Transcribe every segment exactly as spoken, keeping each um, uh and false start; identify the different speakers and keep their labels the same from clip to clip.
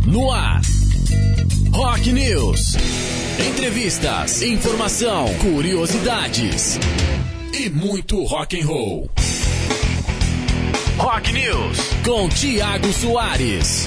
Speaker 1: No ar, Rock News. Entrevistas, informação, curiosidades e muito rock and roll. Rock News com Thiago Soares.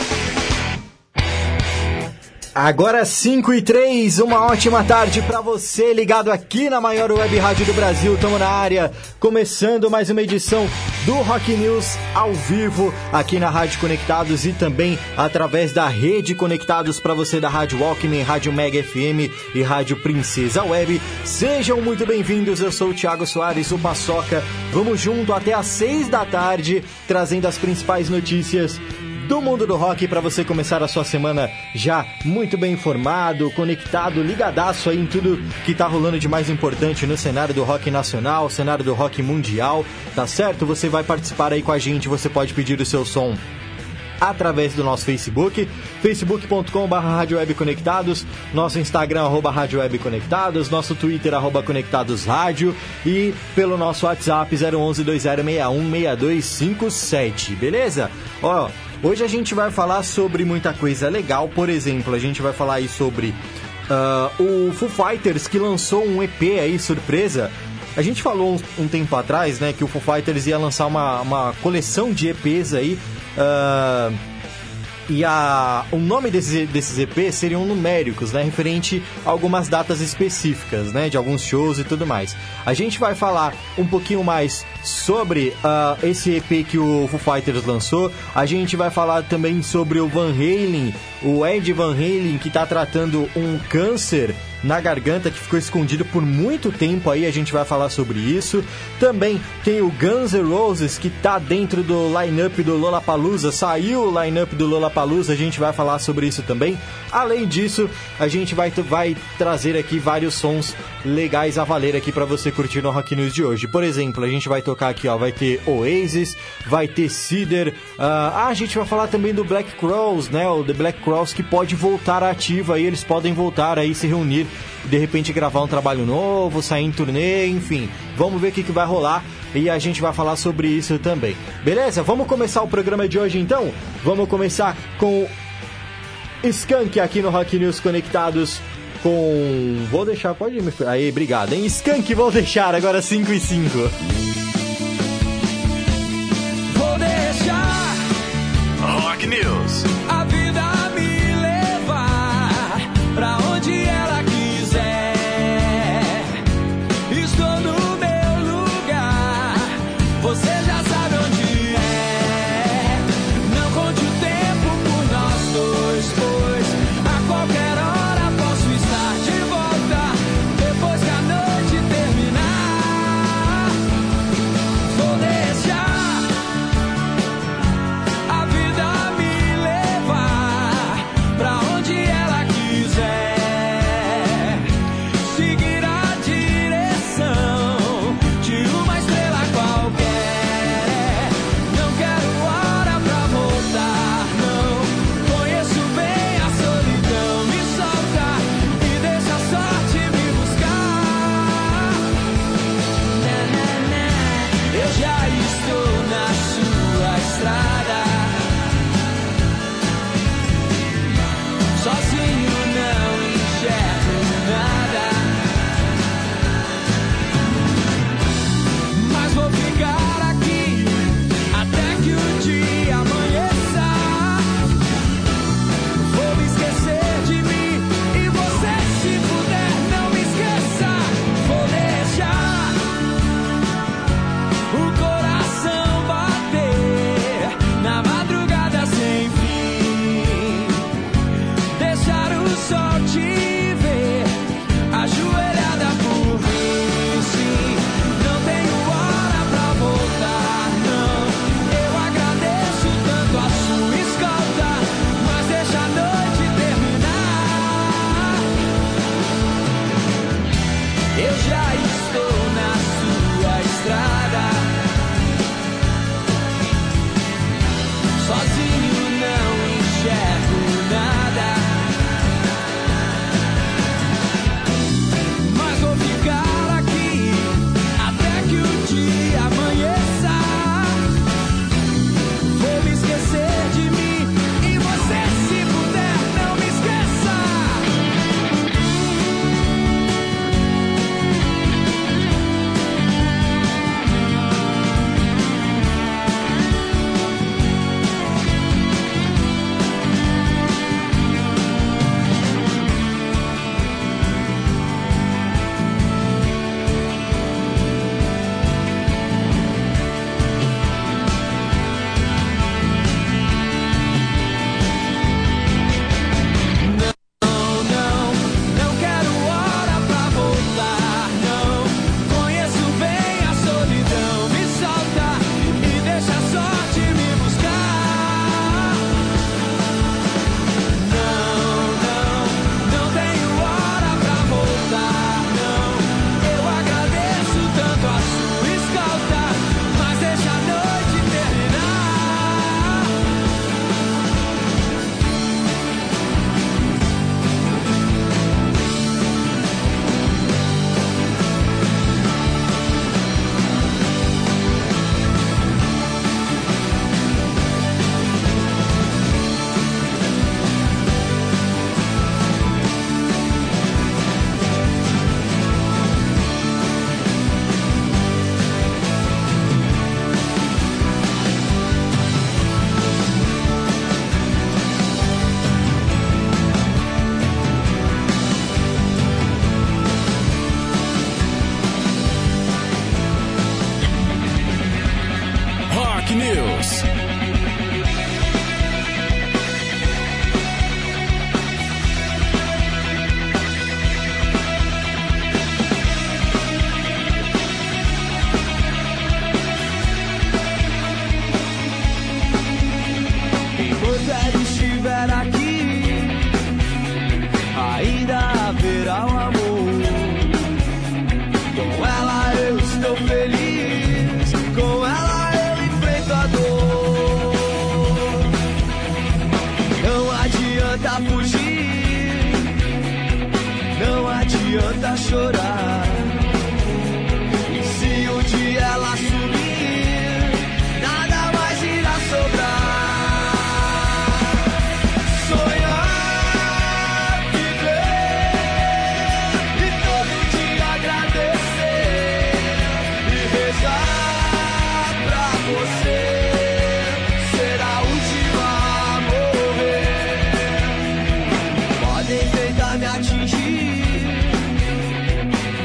Speaker 2: Agora cinco e três, uma ótima tarde para você ligado aqui na maior web rádio do Brasil. Estamos na área, começando mais uma edição do Rock News ao vivo aqui na Rádio Conectados e também através da Rede Conectados para você da Rádio Walkman, Rádio Mega F M e Rádio Princesa Web. Sejam muito bem-vindos, eu sou o Thiago Soares, o Paçoca. Vamos junto até às seis da tarde, trazendo as principais notícias do mundo do rock para você começar a sua semana já muito bem informado, conectado, ligadaço aí em tudo que tá rolando de mais importante no cenário do rock nacional, cenário do rock mundial, tá certo? Você vai participar aí com a gente, você pode pedir o seu som através do nosso Facebook, facebook ponto com barra rádio web conectados, nosso Instagram, arroba rádio web conectados, nosso Twitter, arroba conectados rádio e pelo nosso WhatsApp zero onze dois zero seis um seis dois cinco sete, beleza? Ó, hoje a gente vai falar sobre muita coisa legal, por exemplo, a gente vai falar aí sobre uh, o Foo Fighters que lançou um E P aí, surpresa. A gente falou um, um tempo atrás, né, que o Foo Fighters ia lançar uma, uma coleção de E Ps aí, uh, e a, o nome desses, desses E Ps seriam numéricos, né, referente a algumas datas específicas, né, de alguns shows e tudo mais. A gente vai falar um pouquinho mais sobre uh, esse E P que o Foo Fighters lançou. A gente vai falar também sobre o Van Halen, o Ed Van Halen, que está tratando um câncer na garganta que ficou escondido por muito tempo aí, a gente vai falar sobre isso. Também tem o Guns N' Roses, que tá dentro do line-up do Lollapalooza, saiu o line-up do Lollapalooza, a gente vai falar sobre isso também. Além disso, a gente vai, vai trazer aqui vários sons legais a valer aqui pra você curtir no Rock News de hoje. Por exemplo, a gente vai tocar aqui, ó, vai ter Oasis, vai ter Cider, uh, ah, a gente vai falar também do Black Crowes, né, o The Black Crowes, que pode voltar ativa aí, eles podem voltar aí, se reunir, de repente gravar um trabalho novo, sair em turnê, enfim, vamos ver o que, que vai rolar e a gente vai falar sobre isso também. Beleza? Vamos começar o programa de hoje então? Vamos começar com Skank aqui no Rock News Conectados com... Vou deixar, pode me... Aí, obrigado, hein? Skank, vou deixar, agora cinco e cinco.
Speaker 3: Vou deixar
Speaker 1: Rock News.
Speaker 3: a vida me levar pra onde ela quiser. Estou no meu lugar, você já sabe onde é. Não conte o tempo por nós dois, pois a qualquer hora posso estar de volta depois que a noite terminar. a chorar. E se um dia ela sumir, nada mais irá sobrar. Sonhar, viver e todo dia agradecer e rezar pra você ser a última a morrer. Podem tentar me atingir,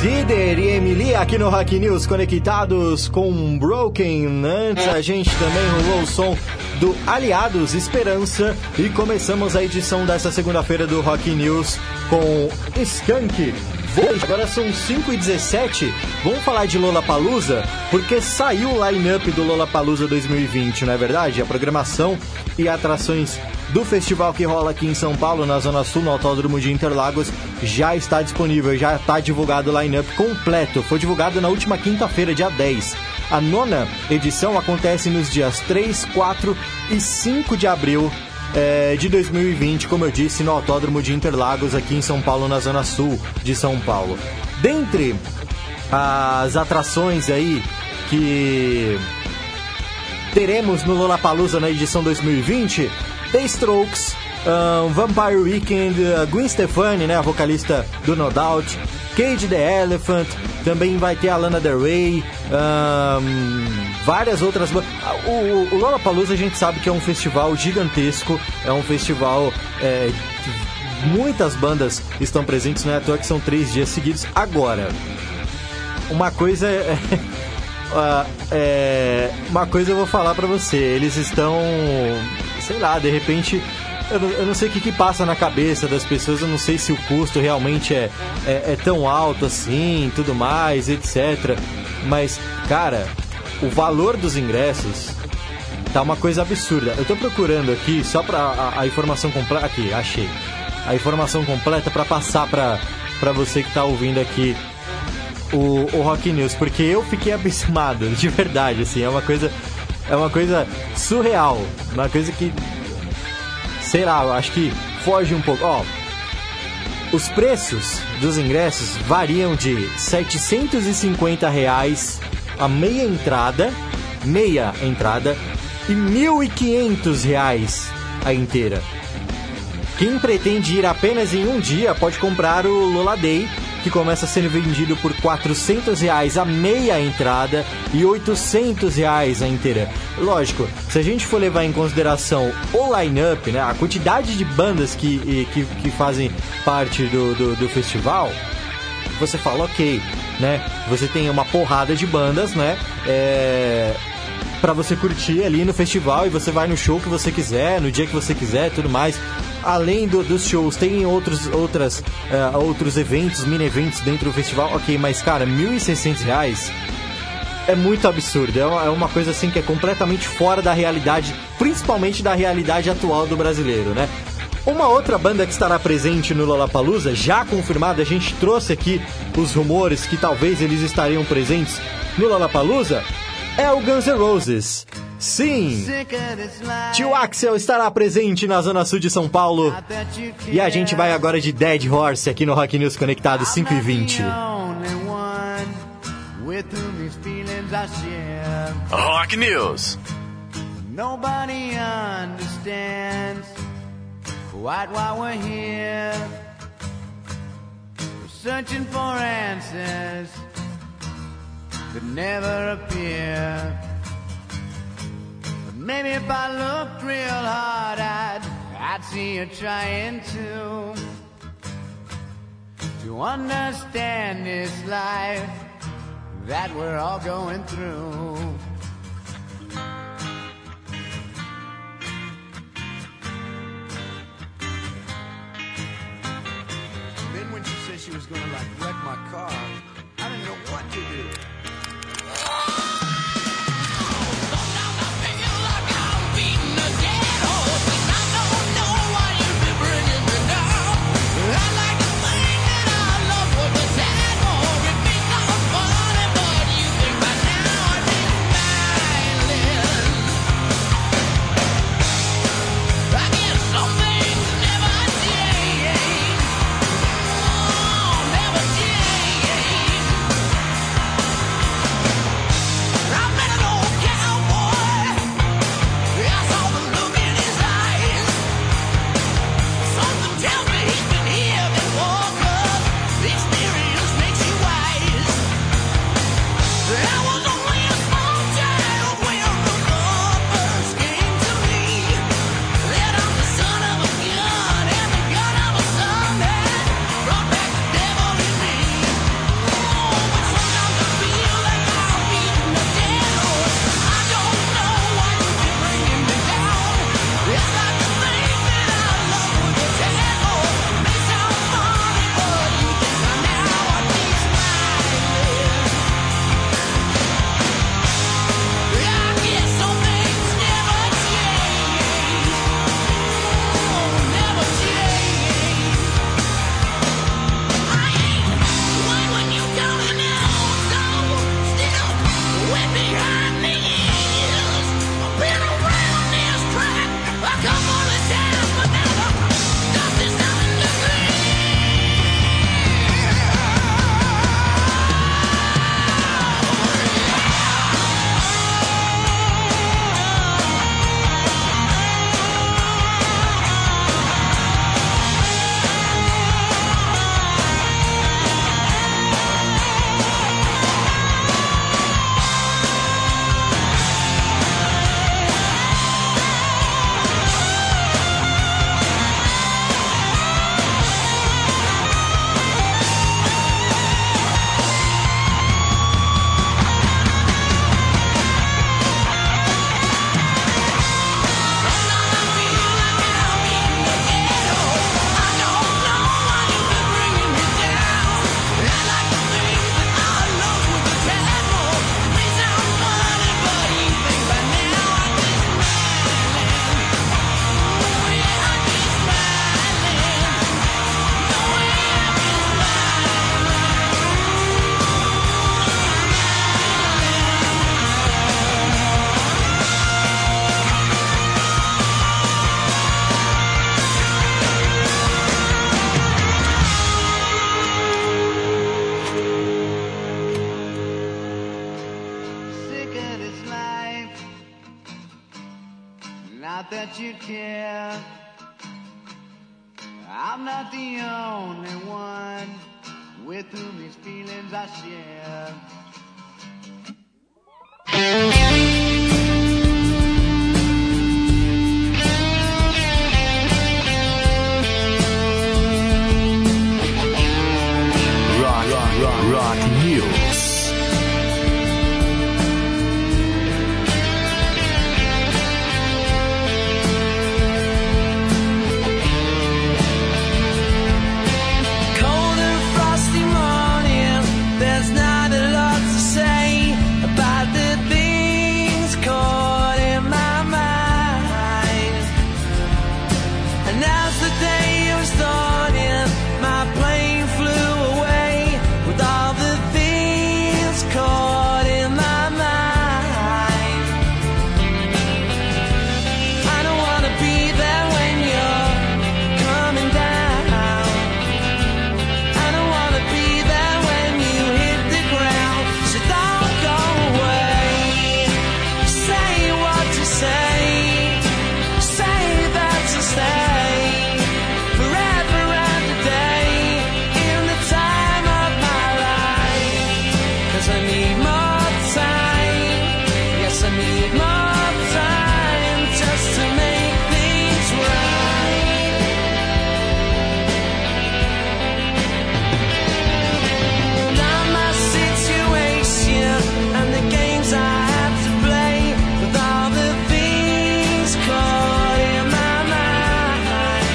Speaker 2: Zider e Emily aqui no Rock News, conectados com Broken. Antes a gente também rolou o som do Aliados, Esperança, e começamos a edição dessa segunda-feira do Rock News com Skank. Agora são cinco e dezessete, vamos falar de Lollapalooza, porque saiu o line-up do Lollapalooza dois mil e vinte, não é verdade? A programação e atrações do festival que rola aqui em São Paulo, na Zona Sul, no Autódromo de Interlagos, já está disponível, já está divulgado o line-up completo. Foi divulgado na última quinta-feira, dia dez. A nona edição acontece nos dias três, quatro e cinco de abril é, de dois mil e vinte, como eu disse, no Autódromo de Interlagos, aqui em São Paulo, na Zona Sul de São Paulo. Dentre as atrações aí que teremos no Lollapalooza na edição dois mil e vinte, The Strokes, um, Vampire Weekend, uh, Gwen Stefani, né, a vocalista do No Doubt, Cage the Elephant, também vai ter a Lana Del Rey, um, várias outras bandas. O, o Lollapalooza a gente sabe que é um festival gigantesco, é um festival, é, muitas bandas estão presentes, não é à toa que são três dias seguidos. Agora, uma coisa é... Uh, é, uma coisa eu vou falar pra você, eles estão, sei lá, de repente, eu não, eu não sei o que, que passa na cabeça das pessoas, eu não sei se o custo realmente é, é, é tão alto assim, tudo mais, etcétera. Mas, cara, o valor dos ingressos tá uma coisa absurda. Eu tô procurando aqui, só pra a, a informação completa, aqui, achei, a informação completa pra passar pra, pra você que tá ouvindo aqui O, o Rock News, porque eu fiquei abismado, de verdade, assim, é uma coisa, é uma coisa surreal, uma coisa que, sei lá, eu acho que foge um pouco. Ó, os preços dos ingressos variam de setecentos e cinquenta reais a meia entrada, meia entrada, e mil e quinhentos reais a inteira. Quem pretende ir apenas em um dia pode comprar o Lola Day, que começa sendo vendido por quatrocentos reais a meia entrada e oitocentos reais a inteira. Lógico, se a gente for levar em consideração o line-up, né, a quantidade de bandas que, que, que fazem parte do, do, do festival, você fala, ok, né, você tem uma porrada de bandas, né, é... pra você curtir ali no festival, e você vai no show que você quiser, no dia que você quiser, tudo mais. Além do, dos shows, tem outros, outras, uh, outros eventos, mini-eventos dentro do festival. Ok, mas cara, mil e seiscentos reais é muito absurdo. É uma, é uma coisa assim que é completamente fora da realidade, principalmente da realidade atual do brasileiro, né? Uma outra banda que estará presente no Lollapalooza, já confirmada, a gente trouxe aqui os rumores que talvez eles estariam presentes no Lollapalooza, é o Guns N' Roses. Sim, Tio Axel estará presente na Zona Sul de São Paulo. E a gente vai agora de Dead Horse aqui no Rock News Conectado cinco e vinte.
Speaker 1: Rock News.
Speaker 3: Nobody understands quite why we're here. We're searching for answers that never appear. But maybe if I looked real hard, I'd, I'd see you trying to To understand this life that we're all going through. Then when she said she was gonna like wreck my car, I didn't know what to do.
Speaker 4: that you care. I'm not the only one with whom these feelings I share.
Speaker 1: Rock, rock, rock, rock News.
Speaker 3: Cold and frosty morning, there's not a lot to say about the things caught in my mind. And as the day was dawning, my plane flew away with all the things caught in my mind. I don't wanna be there when you're coming down. I don't wanna be there when you hit the ground. So don't go away. Say what you say. Say that you stay forever and a day in the time of my life. 'Cause I need more time. Yes, I need more time just to make things right. Down my situation and the games I have to play with all the things caught in my mind.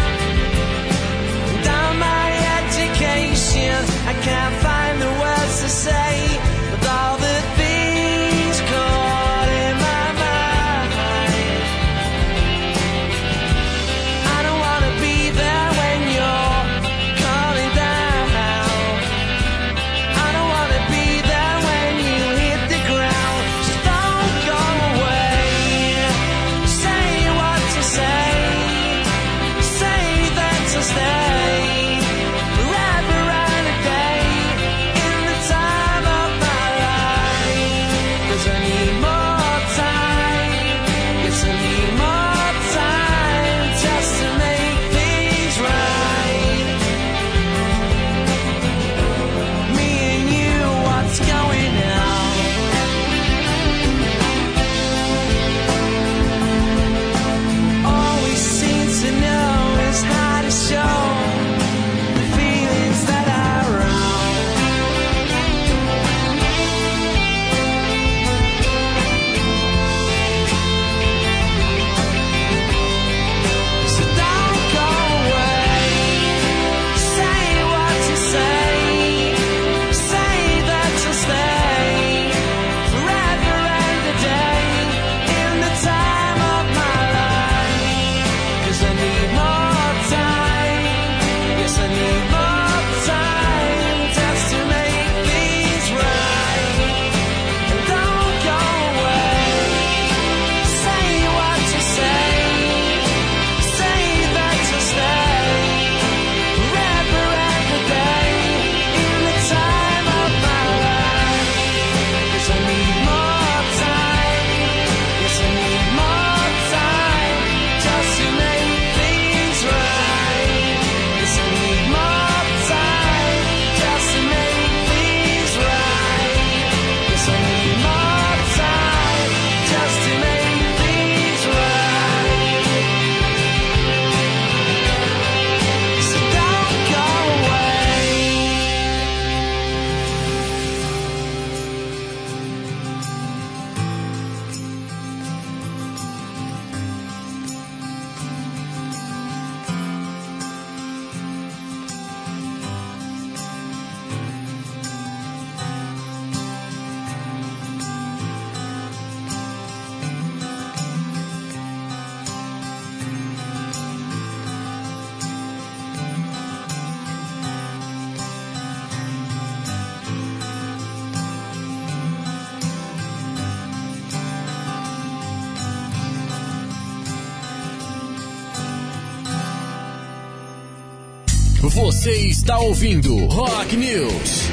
Speaker 3: Down my education, I can't find the words to say with all the things caught in my mind. I don't wanna be there when you're coming down. I don't wanna be there when you hit the ground. So don't go away. Say what you say. Say that you'll stay forever and a day in the time of my life. 'Cause I need more time. Yes, I need more time just to make things right. Me and you, what's going on? All we seem to know is how to show the feelings that are wrong. So don't go away. Say what you say. Say that you'll stay forever and a day in the time of my life. 'Cause I need more time. Yes, I need more time just to make things right. And don't go away. Say what you say. Say that you'll stay forever and a day in the time of my life. 'Cause I need more time. Yes, I need more time just to make things right. Yes, I need more time just to make things right. Yes, I need more time just to make things right. So don't go away.
Speaker 1: Você está ouvindo Rock News.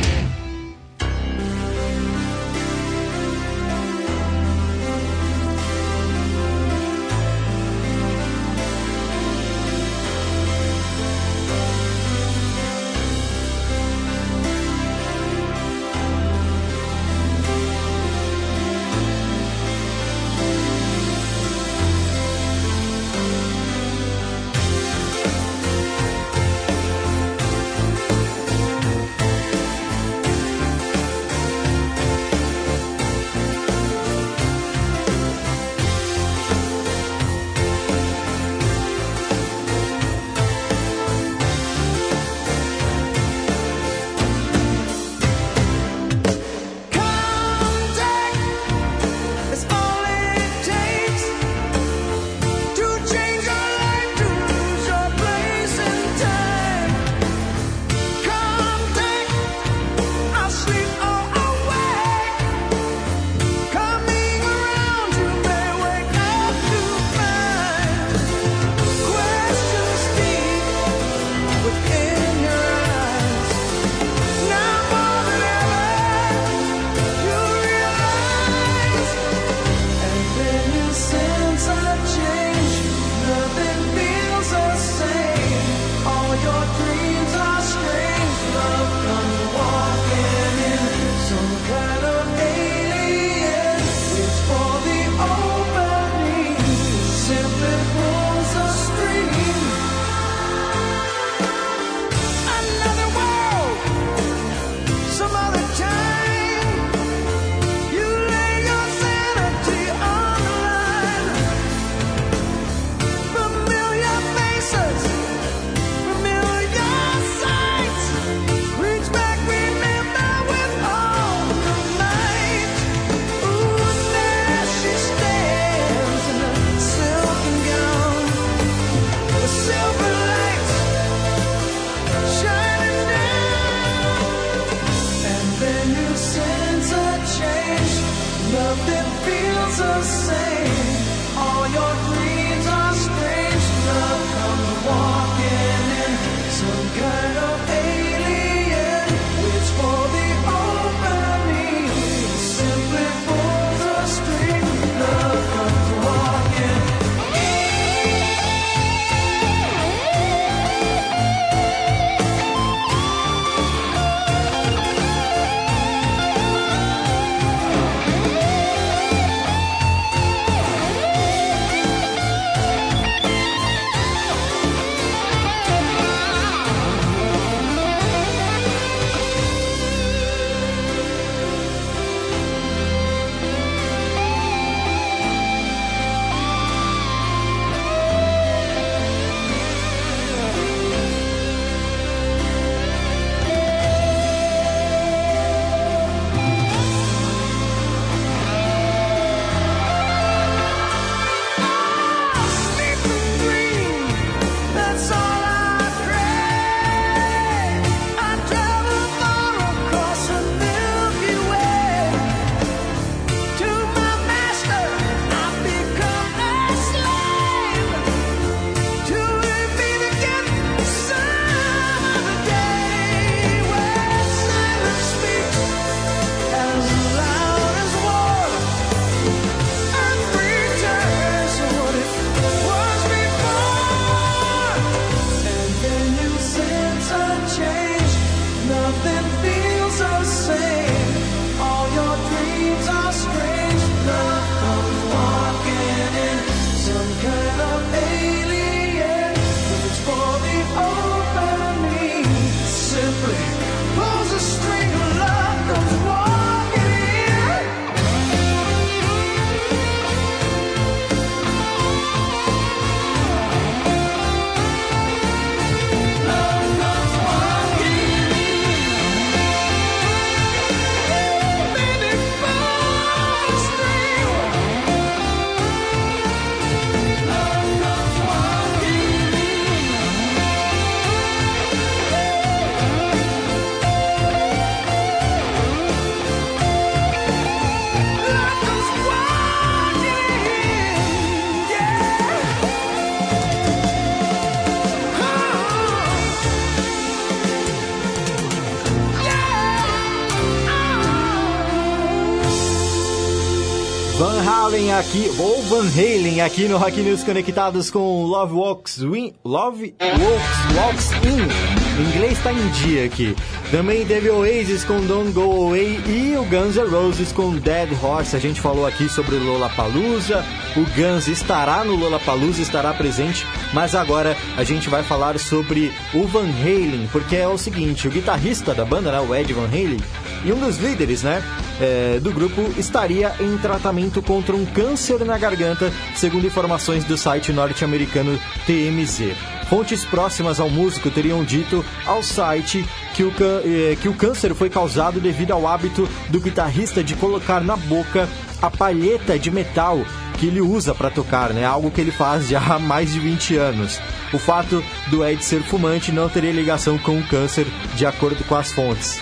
Speaker 2: Halen aqui, ou Van Halen aqui no Rock News, conectados com Love Walks In, Love Walks, Walks In, o inglês tá em dia aqui. Também teve Oasis com Don't Go Away e o Guns N' Roses com Dead Horse. A gente falou aqui sobre o Lollapalooza, o Guns estará no Lollapalooza, estará presente, mas agora a gente vai falar sobre o Van Halen, porque é o seguinte, o guitarrista da banda, né, o Ed Van Halen, e um dos líderes, né, é, do grupo estaria em tratamento contra um câncer na garganta, segundo informações do site norte-americano T M Z. Fontes próximas ao músico teriam dito ao site que o, eh, que o câncer foi causado devido ao hábito do guitarrista de colocar na boca a palheta de metal que ele usa para tocar, né? Algo que ele faz já há mais de vinte anos. O fato do Ed ser fumante não teria ligação com o câncer, de acordo com as fontes.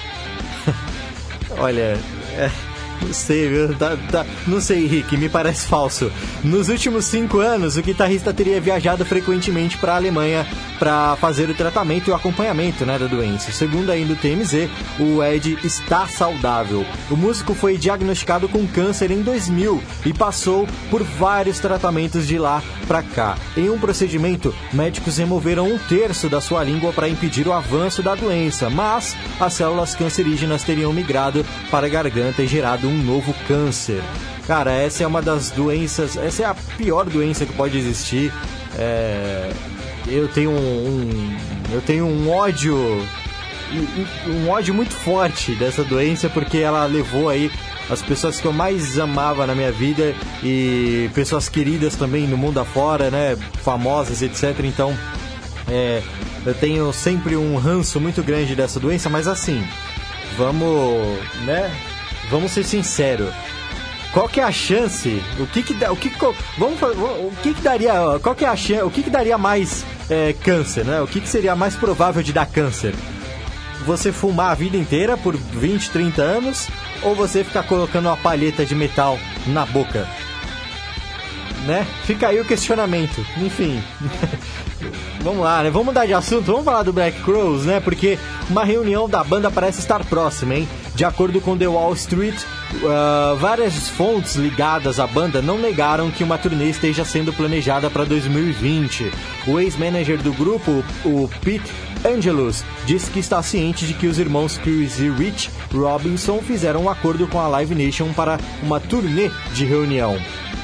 Speaker 2: Olha, é, não sei, viu? Tá, tá, não sei, Rick, me parece falso. Nos últimos cinco anos, o guitarrista teria viajado frequentemente para a Alemanha para fazer o tratamento e o acompanhamento, né, da doença. Segundo ainda o T M Z, o Ed está saudável. O músico foi diagnosticado com câncer em dois mil e passou por vários tratamentos de lá para cá. Em um procedimento, médicos removeram um terço da sua língua para impedir o avanço da doença, mas as células cancerígenas teriam migrado para a garganta e gerado um novo câncer. Cara, essa é uma das doenças, essa é a pior doença que pode existir. É... Eu tenho um, um, eu tenho um ódio, um ódio muito forte dessa doença, porque ela levou aí as pessoas que eu mais amava na minha vida e pessoas queridas também no mundo afora, né, famosas, etcétera. Então, é, eu tenho sempre um ranço muito grande dessa doença, mas assim, vamos, né, vamos ser sinceros. Qual que é a chance? O que que dá? O que que, vamos, o que que daria? Qual que é a chance? O que que daria mais é, câncer, né? O que que seria mais provável de dar câncer? Você fumar a vida inteira por vinte, trinta anos ou você ficar colocando uma palheta de metal na boca? Né? Fica aí o questionamento. Enfim. Vamos lá, né? Vamos mudar de assunto. Vamos falar do Black Crowes, né? Porque uma reunião da banda parece estar próxima, hein? De acordo com The Wall Street, uh, várias fontes ligadas à banda não negaram que uma turnê esteja sendo planejada para dois mil e vinte. O ex-manager do grupo, o Pete Angelus, disse que está ciente de que os irmãos Chris e Rich Robinson fizeram um acordo com a Live Nation para uma turnê de reunião.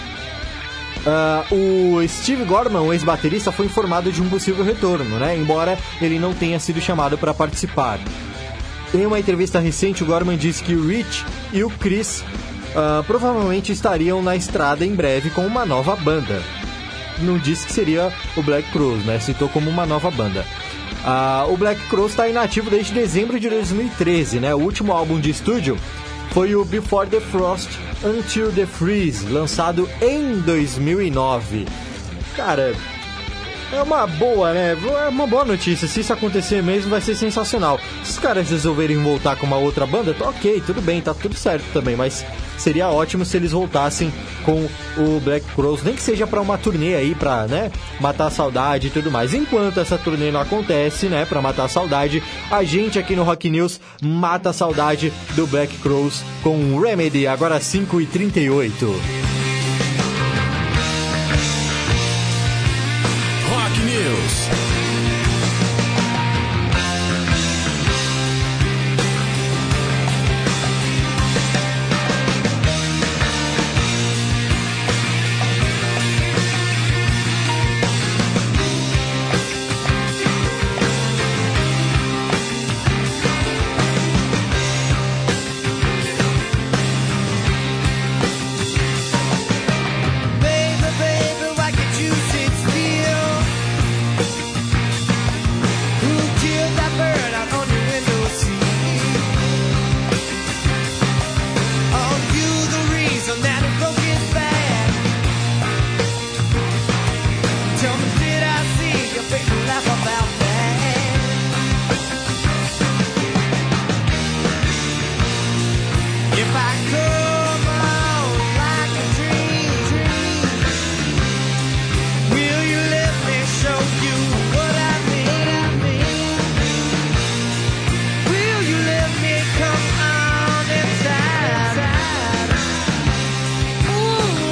Speaker 2: Uh, o Steve Gorman, o ex-baterista, foi informado de um possível retorno, né? Embora ele não tenha sido chamado para participar. Em uma entrevista recente, o Gorman disse que o Rich e o Chris uh, provavelmente estariam na estrada em breve com uma nova banda. Não disse que seria o Black Crowes, né? Citou como uma nova banda. Uh, o Black Crowes está inativo desde dezembro de dois mil e treze, né? O último álbum de estúdio foi o Before the Frost Until the Freeze, lançado em dois mil e nove. Cara, é uma boa, né? É uma boa notícia. Se isso acontecer mesmo, vai ser sensacional. Se os caras resolverem voltar com uma outra banda, tá ok, tudo bem, tá tudo certo também. Mas seria ótimo se eles voltassem com o Black Crowes, nem que seja pra uma turnê aí, pra, né, matar a saudade e tudo mais. Enquanto essa turnê não acontece, né, pra matar a saudade, a gente aqui no Rock News mata a saudade do Black Crowes com Remedy, agora cinco e trinta e oito.
Speaker 1: Rock News.
Speaker 3: Ooh.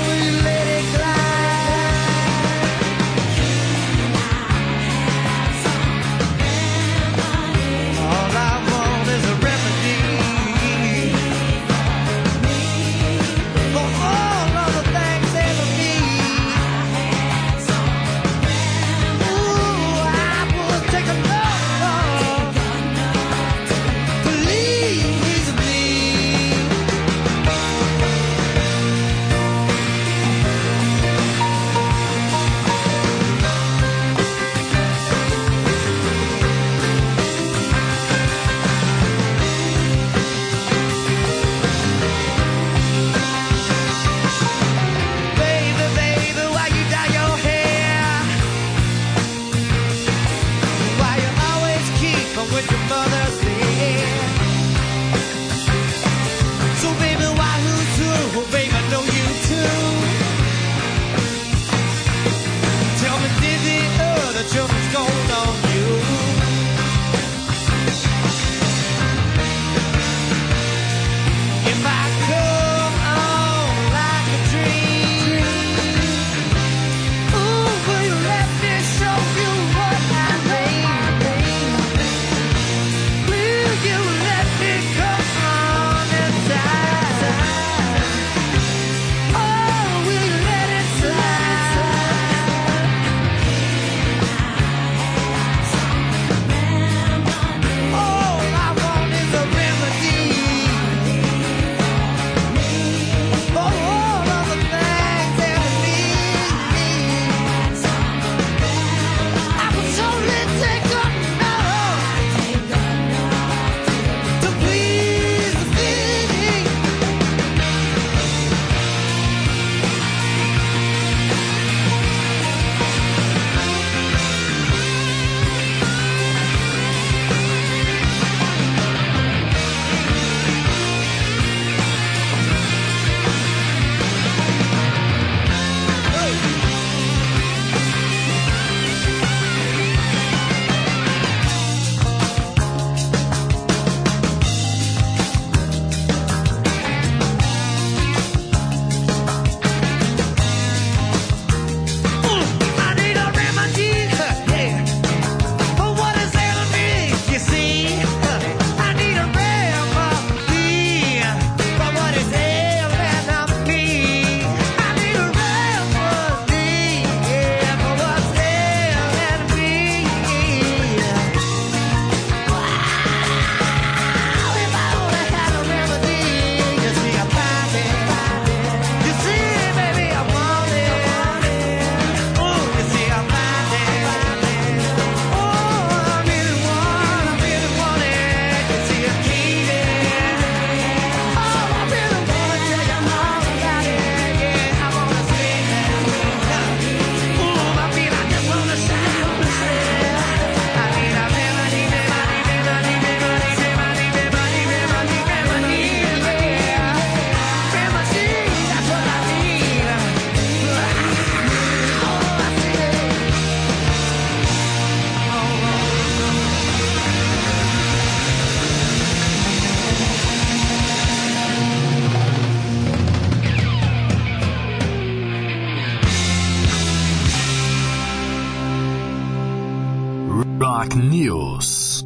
Speaker 1: Rock News.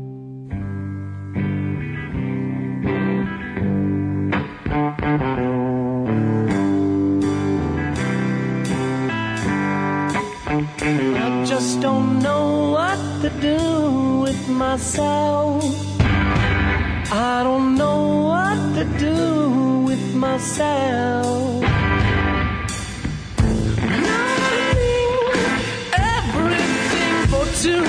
Speaker 3: I just don't know what to do with myself. I don't know what to do with myself. Loving everything for two,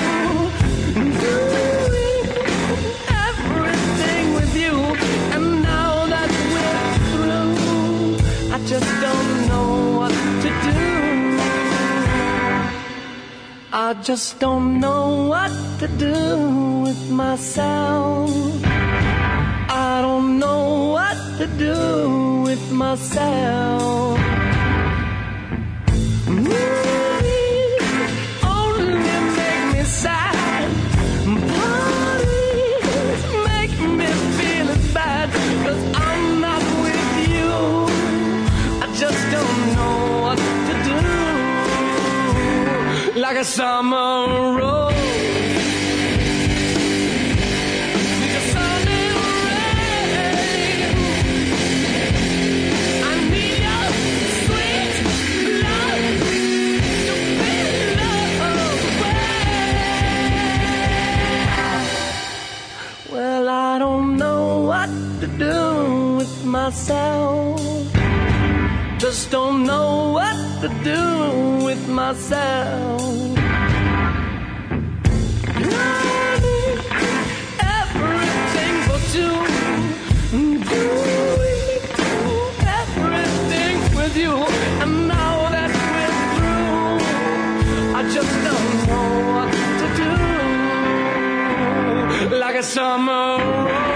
Speaker 3: doing everything with you, and now that we're through, I just don't know what to do. I just don't know what to do with myself. I don't know what to do with myself. Movies only make me sad. Parties make me feel as bad, 'cause I'm not with you. I just don't know what to do. Like a summer rose. Do with myself. Just don't know what to do with myself. Loving everything for two, doing everything with you, and now that we're through, I just don't know what to do. Like a summer rose.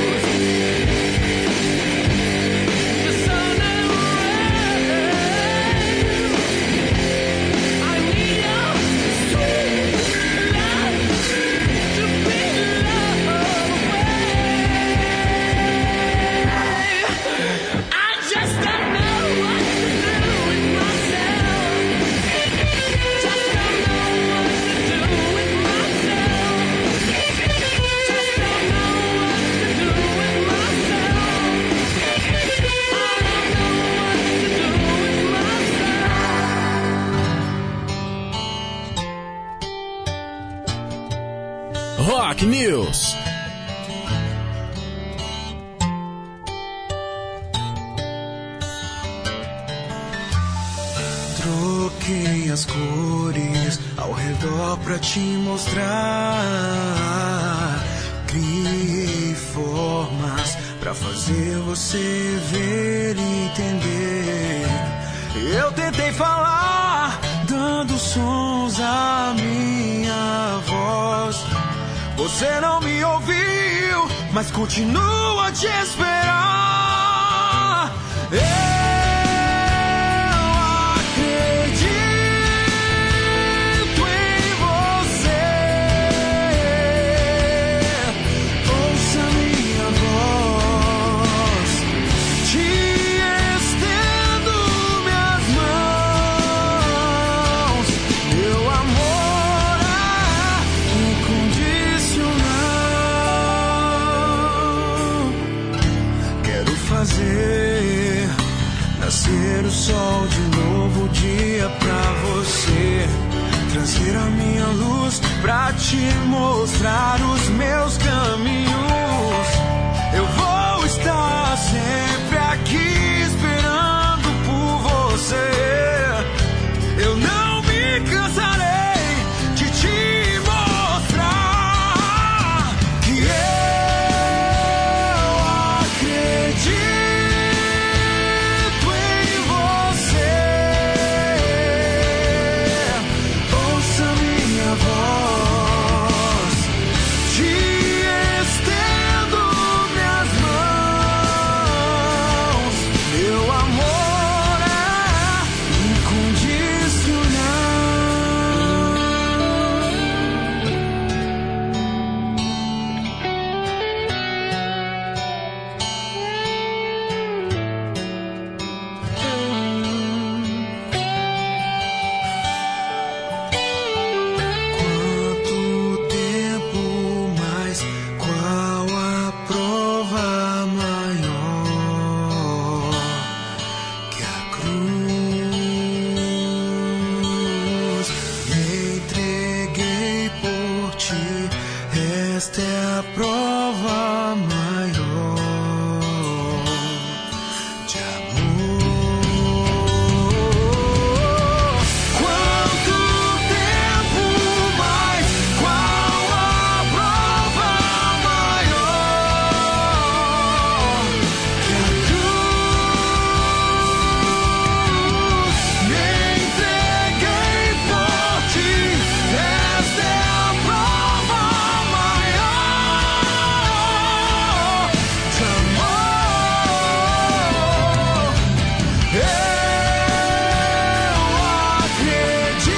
Speaker 1: Rock News.
Speaker 5: Troquei as cores ao redor pra te mostrar. Criei formas pra fazer você ver e entender. Eu tentei falar, dando sons à minha voz. Você não me ouviu, mas continua a te esperar. Eu acredito em você. Ouça minha voz. Te estendo minhas mãos. Meu amor é incondicional. Quero fazer nascer o sol de novo dia pra você, trazer a minha luz pra te mostrar os meus caminhos. Eu vou estar sempre aqui esperando por você. Eu não me cansarei de te mostrar que eu acredito. Voz, te estendo minhas mãos. esta é a prova maior de amor. Quanto tempo mais? Qual a prova maior que a cruz? Me entreguei por ti. Esta é a prova maior de amor. Eu acredito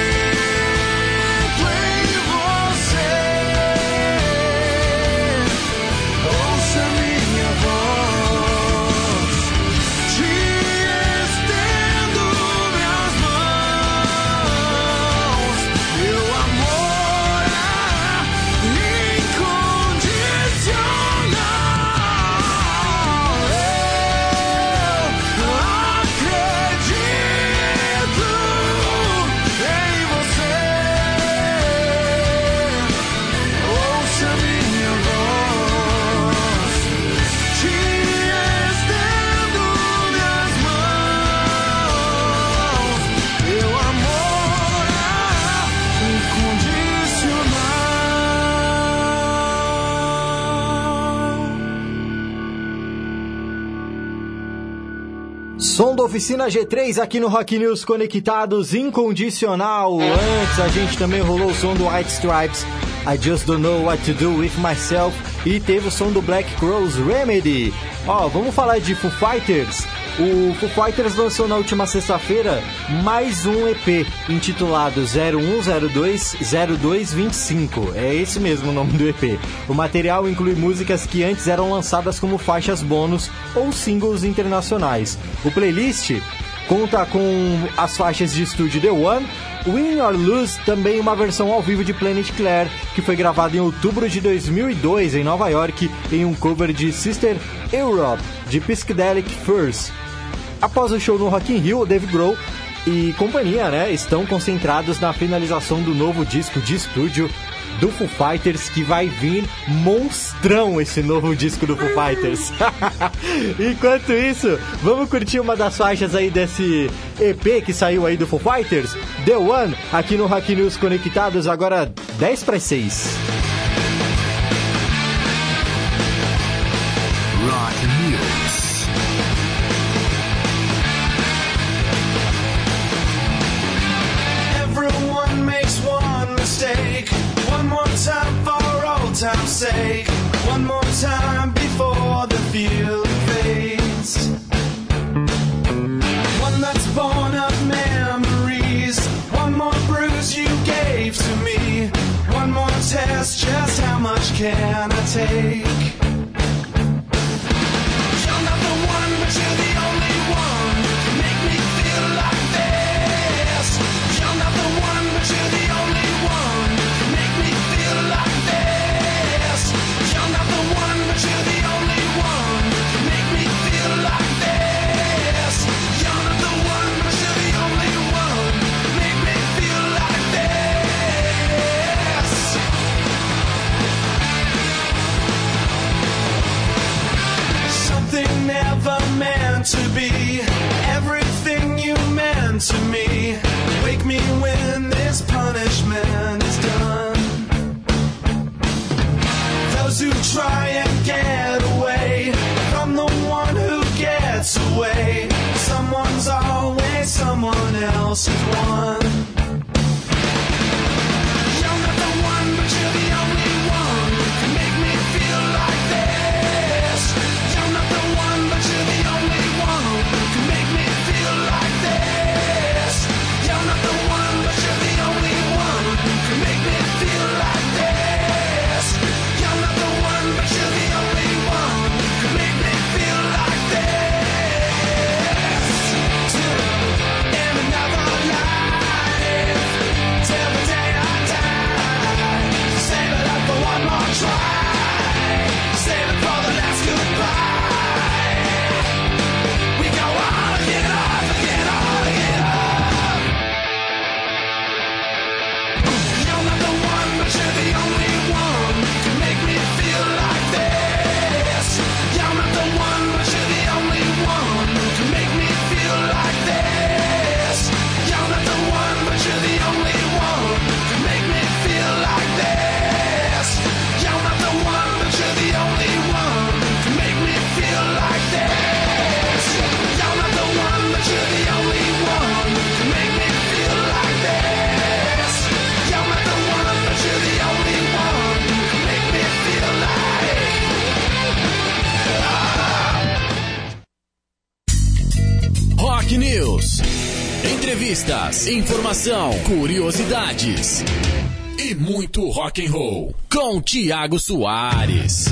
Speaker 5: em você. Ouça minha voz, te estendo minhas mãos. Meu amor é incondicional. Eu acredito em você. Ouça minha voz, te estendo minhas mãos. Meu amor é incondicional.
Speaker 2: Som da Oficina G três aqui no Rock News Conectados, incondicional. Antes a gente também rolou o som do White Stripes, I Just Don't Know What to Do With Myself, e teve o som do Black Crowes, Remedy. Ó, vamos falar de Foo Fighters. O Foo Fighters lançou na última sexta-feira mais um E P intitulado zero um zero dois zero dois vinte e cinco. É esse mesmo o nome do E P. O material inclui músicas que antes eram lançadas como faixas bônus ou singles internacionais. O playlist conta com as faixas de estúdio The One, Win or Lose, também uma versão ao vivo de Planet Claire, que foi gravada em outubro de dois mil e dois em Nova York, em um cover de Sister Europe, de Psychedelic Furs. Após o show no Rock in Rio, Dave Grohl e companhia, né, estão concentrados na finalização do novo disco de estúdio do Foo Fighters, que vai vir monstrão esse novo disco do Foo Fighters. Enquanto isso, vamos curtir uma das faixas aí desse E P que saiu aí do Foo Fighters, The One, aqui no Rock News Conectados, agora dez para as seis.
Speaker 1: Rock News.
Speaker 5: Everyone makes one mistake. One more time for old time's sake. One more time before the feeling fades. One that's born of memories. One more bruise you gave to me. One more test, just how much can I take? You're not the one, but you're the only one. You make me feel like this. You're not the one, but you're the only one. You make me feel like this. You're not the one, but you're the only one. You make me feel like this. You're not the one, but you're the only one. You make me feel like this. Something never meant to be. Everything you meant to me. Wake me when this punishment is done. Those who try and get away from the one who gets away. Someone's always someone else's one. You're not the one, but you're the only one. You make me feel like this. You're not the one, but you're the only one. You make me feel like this. You're not the one, but you're the only one. You make me feel like this. You're not the one, but you're the only one. You make me feel like this. In another life.
Speaker 1: Entrevistas, informação, curiosidades e muito rock and roll com Thiago Soares.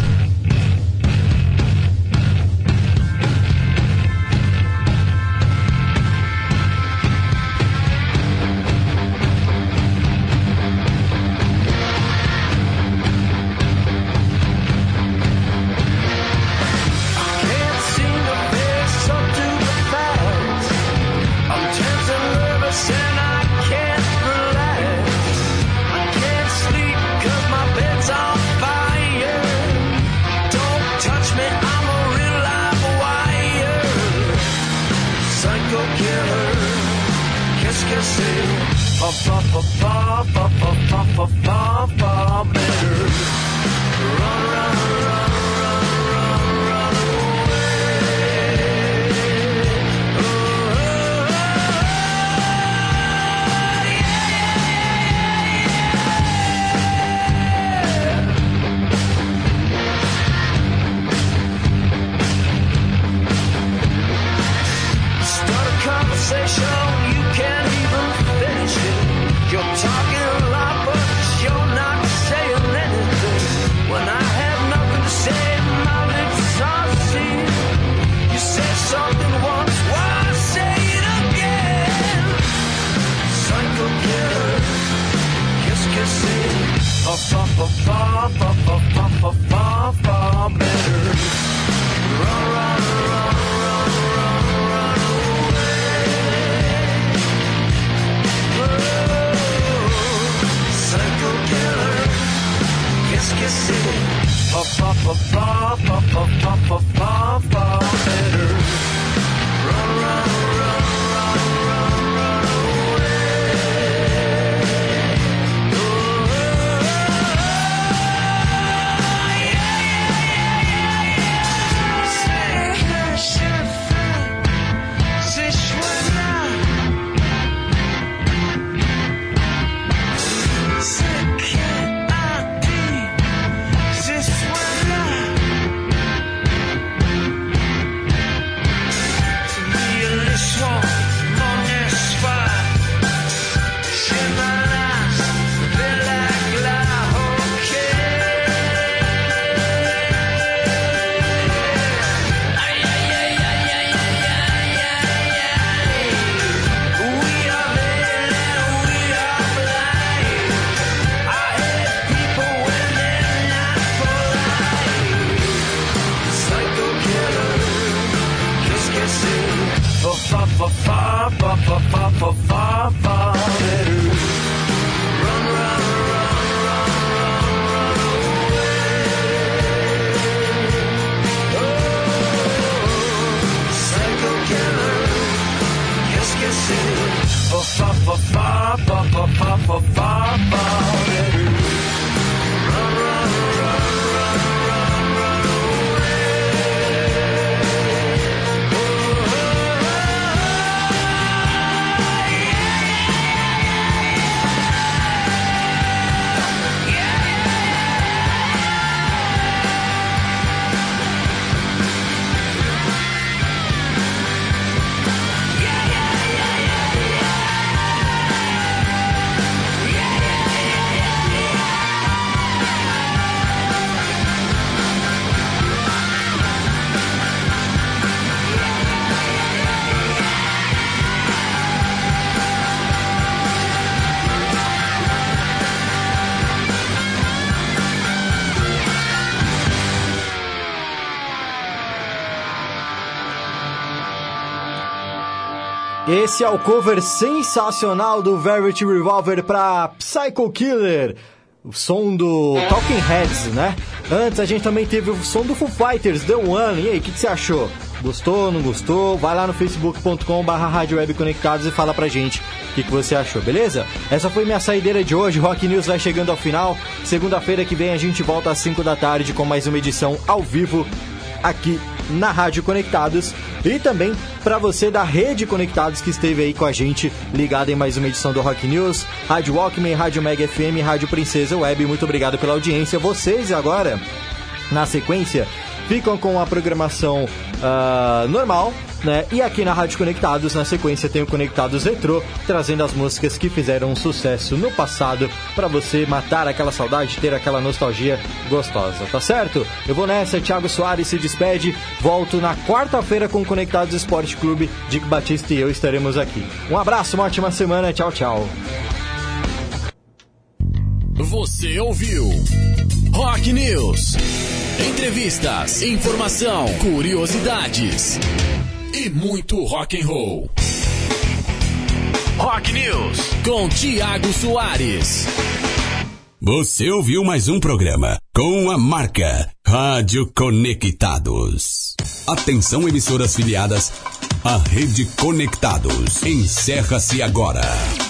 Speaker 2: Esse é o cover sensacional do Velvet Revolver para Psycho Killer, o som do Talking Heads, né? Antes a gente também teve o som do Foo Fighters, The One. E aí, o que, que você achou? Gostou, não gostou? Vai lá no facebook ponto com barra rádio web conectados e fala pra gente o que, que você achou, beleza? Essa foi minha saideira de hoje, Rock News vai chegando ao final. Segunda-feira que vem a gente volta às cinco da tarde com mais uma edição ao vivo aqui na Rádio Conectados e também para você da Rede Conectados que esteve aí com a gente ligado em mais uma edição do Rock News, Rádio Walkman, Rádio Mega F M, Rádio Princesa Web. Muito obrigado pela audiência. Vocês agora, na sequência, ficam com a programação uh, normal né? E aqui na Rádio Conectados, na sequência, tem o Conectados Retrô, trazendo as músicas que fizeram um sucesso no passado para você matar aquela saudade, ter aquela nostalgia gostosa, tá certo? Eu vou nessa, Thiago Soares se despede, volto na quarta-feira com o Conectados Esporte Clube, Dick Batista e eu estaremos aqui. Um abraço, uma ótima semana, tchau, tchau.
Speaker 1: Você ouviu Rock News. Entrevistas, informação, curiosidades e muito rock and roll. Rock News com Thiago Soares.
Speaker 6: Você ouviu mais um programa com a marca Rádio Conectados. Atenção, emissoras filiadas à Rede Conectados. Encerra-se agora.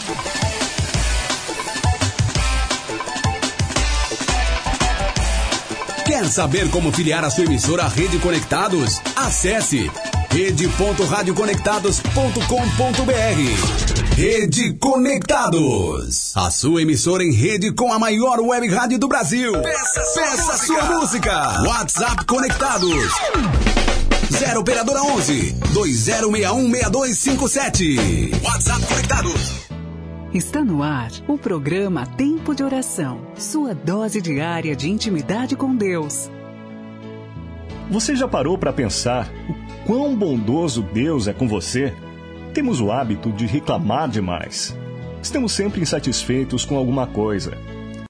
Speaker 6: Quer saber como filiar a sua emissora à Rede Conectados? Acesse rede ponto radio conectados ponto com ponto b r. Rede Conectados, a sua emissora em rede com a maior web rádio do Brasil. Peça, Peça sua música. WhatsApp Conectados zero operadora onze, dois zero seis um, seis dois cinco sete. WhatsApp Conectados.
Speaker 7: Está no ar o programa Tempo de Oração, sua dose diária de intimidade com Deus.
Speaker 8: Você já parou para pensar o quão bondoso Deus é com você? Temos o hábito de reclamar demais. Estamos sempre insatisfeitos com alguma coisa.